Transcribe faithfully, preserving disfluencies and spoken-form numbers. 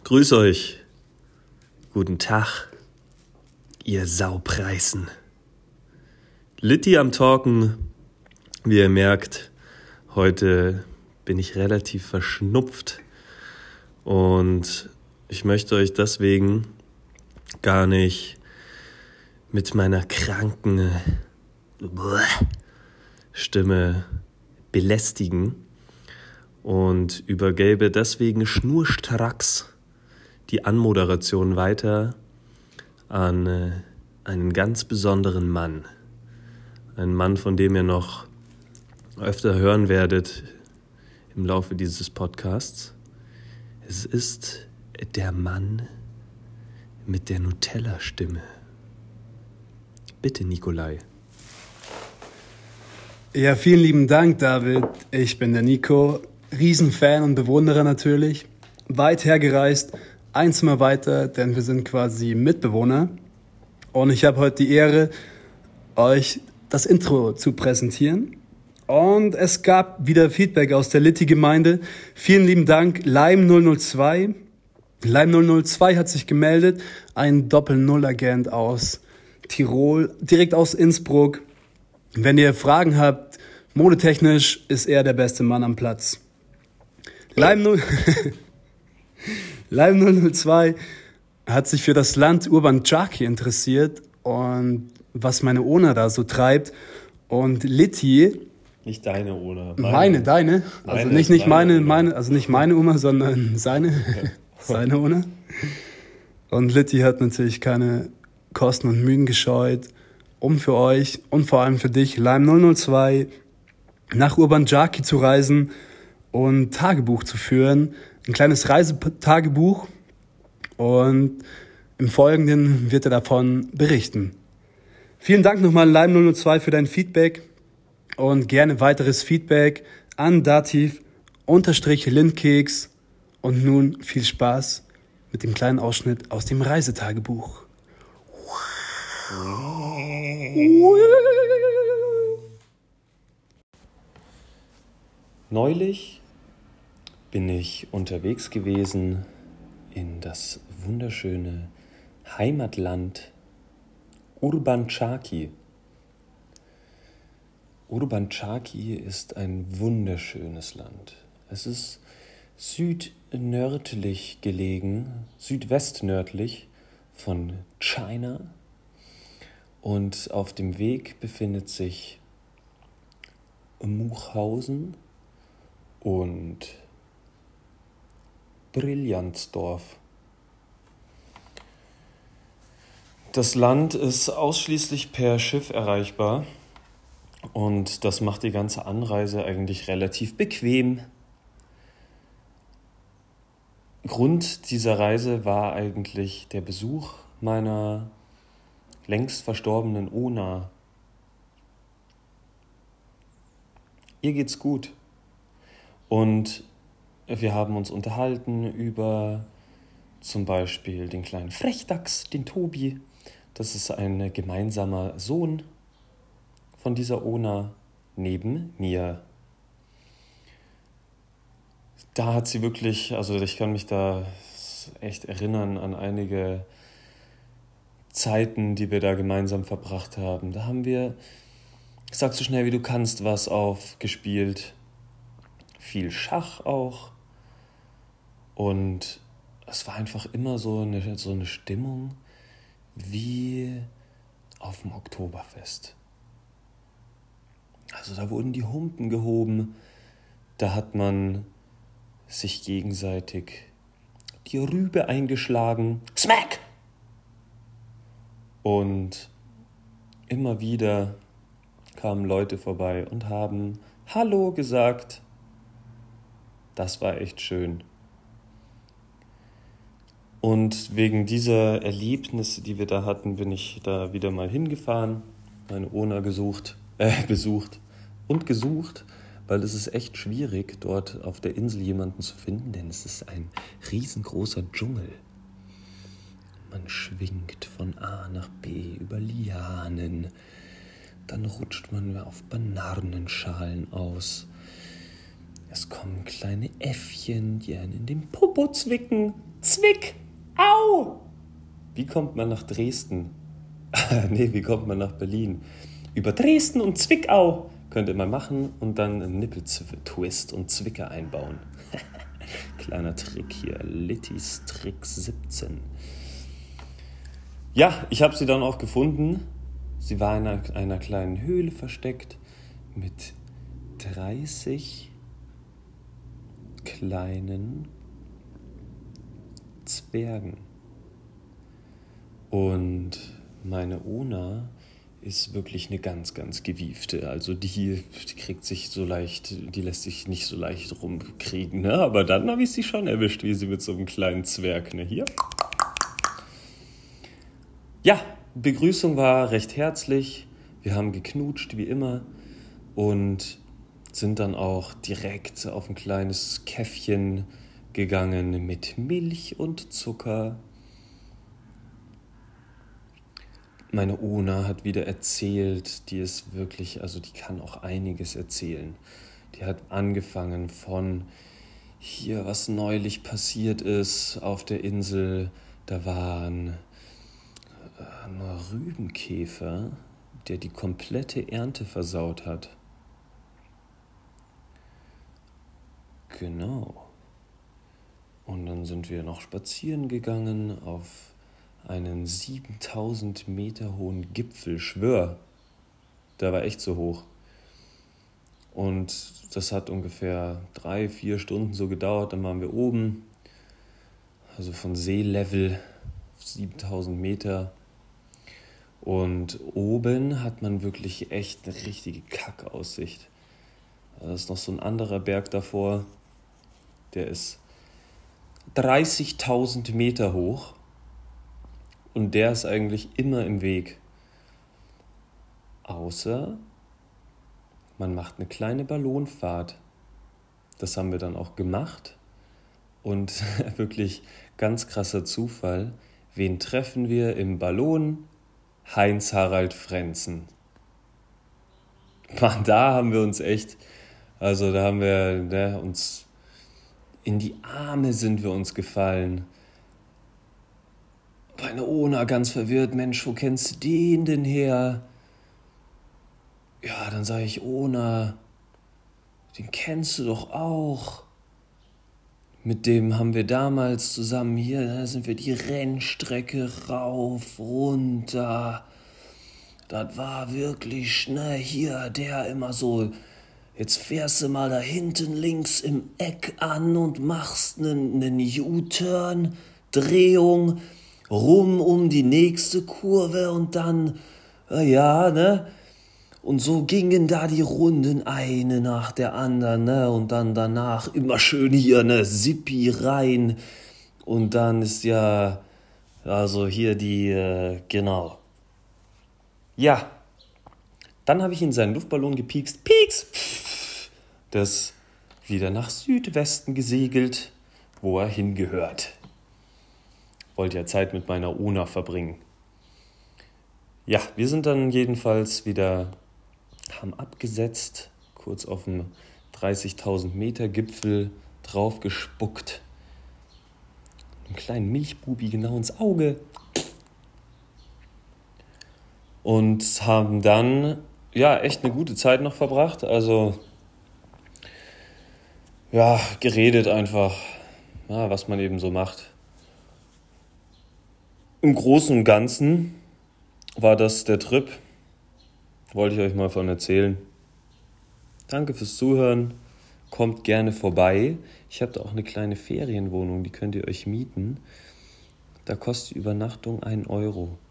Grüß euch. Guten Tag, ihr Saupreißen. Litti am Talken. Wie ihr merkt, heute bin ich relativ verschnupft und ich möchte euch deswegen gar nicht mit meiner kranken Stimme belästigen und übergebe deswegen schnurstracks die Anmoderation weiter an einen ganz besonderen Mann. Ein Mann, von dem ihr noch öfter hören werdet im Laufe dieses Podcasts. Es ist der Mann mit der Nutella-Stimme. Bitte, Nikolai. Ja, vielen lieben Dank, David. Ich bin der Nico, Riesenfan und Bewunderer natürlich. Weit hergereist, ein Zimmer weiter, denn wir sind quasi Mitbewohner. Und ich habe heute die Ehre, euch das Intro zu präsentieren. Und es gab wieder Feedback aus der Litti-Gemeinde. Vielen lieben Dank, Lime null null zwei. Lime null null zwei hat sich gemeldet, ein Doppel-Null-Agent aus Tirol, direkt aus Innsbruck. Wenn ihr Fragen habt, modetechnisch ist er der beste Mann am Platz. Lime null Lime null null zwei hat sich für das Land Urban-Czarki interessiert und was meine Ona da so treibt. Und Litti... Nicht deine Ona. Meine, meine deine. Also meine, nicht, nicht meine, meine, also nicht meine Oma, sondern seine, ja. seine Ona. Und Litti hat natürlich keine Kosten und Mühen gescheut, um für euch und vor allem für dich, Lime null null zwei, nach Urban-Czarki zu reisen und Tagebuch zu führen. Ein kleines Reisetagebuch. Und im Folgenden wird er davon berichten. Vielen Dank nochmal, Lime null null zwei, für dein Feedback. Und gerne weiteres Feedback an Dativ-Lindkeks. Und nun viel Spaß mit dem kleinen Ausschnitt aus dem Reisetagebuch. Neulich bin ich unterwegs gewesen in das wunderschöne Heimatland Urban-Czarki. Urban-Czarki ist ein wunderschönes Land. Es ist südnördlich gelegen, südwestnördlich von China. Und auf dem Weg befindet sich Muchhausen und Brillantsdorf. Das Land ist ausschließlich per Schiff erreichbar und das macht die ganze Anreise eigentlich relativ bequem. Grund dieser Reise war eigentlich der Besuch meiner längst verstorbenen Ona. Ihr geht's gut. Und wir haben uns unterhalten über zum Beispiel den kleinen Frechdachs, den Tobi. Das ist ein gemeinsamer Sohn von dieser Ona neben mir. Da hat sie wirklich, also ich kann mich da echt erinnern an einige Zeiten, die wir da gemeinsam verbracht haben. Da haben wir, sag so schnell wie du kannst, was aufgespielt. Viel Schach auch. Und es war einfach immer so eine, so eine Stimmung wie auf dem Oktoberfest. Also da wurden die Humpen gehoben, da hat man sich gegenseitig die Rübe eingeschlagen. Smack! Und immer wieder kamen Leute vorbei und haben Hallo gesagt. Das war echt schön. Und wegen dieser Erlebnisse, die wir da hatten, bin ich da wieder mal hingefahren, meine Ona gesucht, äh, besucht und gesucht, weil es ist echt schwierig, dort auf der Insel jemanden zu finden, denn es ist ein riesengroßer Dschungel. Man schwingt von A nach B über Lianen, dann rutscht man auf Bananenschalen aus. Es kommen kleine Äffchen, die einen in den Popo zwicken. Zwickau. Wie kommt man nach Dresden? Nee, wie kommt man nach Berlin? Über Dresden und Zwickau könnte man machen und dann einen Nippeltwist und Zwicker einbauen. Kleiner Trick hier, Littys Trick siebzehn. Ja, ich habe sie dann auch gefunden. Sie war in einer, einer kleinen Höhle versteckt mit dreißig kleinen Zwergen. Und meine Ona ist wirklich eine ganz, ganz gewiefte. Also die, die kriegt sich so leicht, die lässt sich nicht so leicht rumkriegen. Ne? Aber dann habe ich sie schon erwischt, wie sie mit so einem kleinen Zwerg. Ne? Hier. Ja, Begrüßung war recht herzlich. Wir haben geknutscht, wie immer. Und sind dann auch direkt auf ein kleines Käffchen gegangen mit Milch und Zucker. Meine Ona hat wieder erzählt, die ist wirklich, also die kann auch einiges erzählen. Die hat angefangen von hier, was neulich passiert ist auf der Insel. Da war ein, ein Rübenkäfer, der die komplette Ernte versaut hat. Genau. Und dann sind wir noch spazieren gegangen auf einen siebentausend Meter hohen Gipfel, schwör, der war echt so hoch. Und das hat ungefähr drei, vier Stunden so gedauert, dann waren wir oben, also von Seelevel siebentausend Meter. Und oben hat man wirklich echt eine richtige Kackaussicht. Da ist noch so ein anderer Berg davor, der ist dreißigtausend Meter hoch. Und der ist eigentlich immer im Weg. Außer man macht eine kleine Ballonfahrt. Das haben wir dann auch gemacht. Und wirklich ganz krasser Zufall. Wen treffen wir im Ballon? Heinz-Harald Frenzen. Mann, da haben wir uns echt, also da haben wir ne, uns, in die Arme sind wir uns gefallen. Meine Ona ganz verwirrt, Mensch, wo kennst du den denn her? Ja, dann sage ich, Ona, den kennst du doch auch. Mit dem haben wir damals zusammen hier, da sind wir die Rennstrecke rauf, runter. Das war wirklich schnell hier, der immer so, jetzt fährst du mal da hinten links im Eck an und machst einen, einen U-Turn, Drehung, rum um die nächste Kurve und dann, ja, ne? Und so gingen da die Runden eine nach der anderen, ne? Und dann danach immer schön hier, ne? Sippi rein. Und dann ist ja, also hier die, äh, genau. Ja, dann habe ich in seinen Luftballon gepiekst. Pieks! Das wieder nach Südwesten gesegelt, wo er hingehört. Wollte ja Zeit mit meiner Ona verbringen. Ja, wir sind dann jedenfalls wieder, haben abgesetzt, kurz auf dem dreißigtausend Meter Gipfel drauf gespuckt. Einen kleinen Milchbubi genau ins Auge. Und haben dann, ja, echt eine gute Zeit noch verbracht. Also, ja, geredet einfach, ja, was man eben so macht. Im Großen und Ganzen war das der Trip. Wollte ich euch mal von erzählen. Danke fürs Zuhören. Kommt gerne vorbei. Ich habe da auch eine kleine Ferienwohnung, die könnt ihr euch mieten. Da kostet die Übernachtung einen Euro.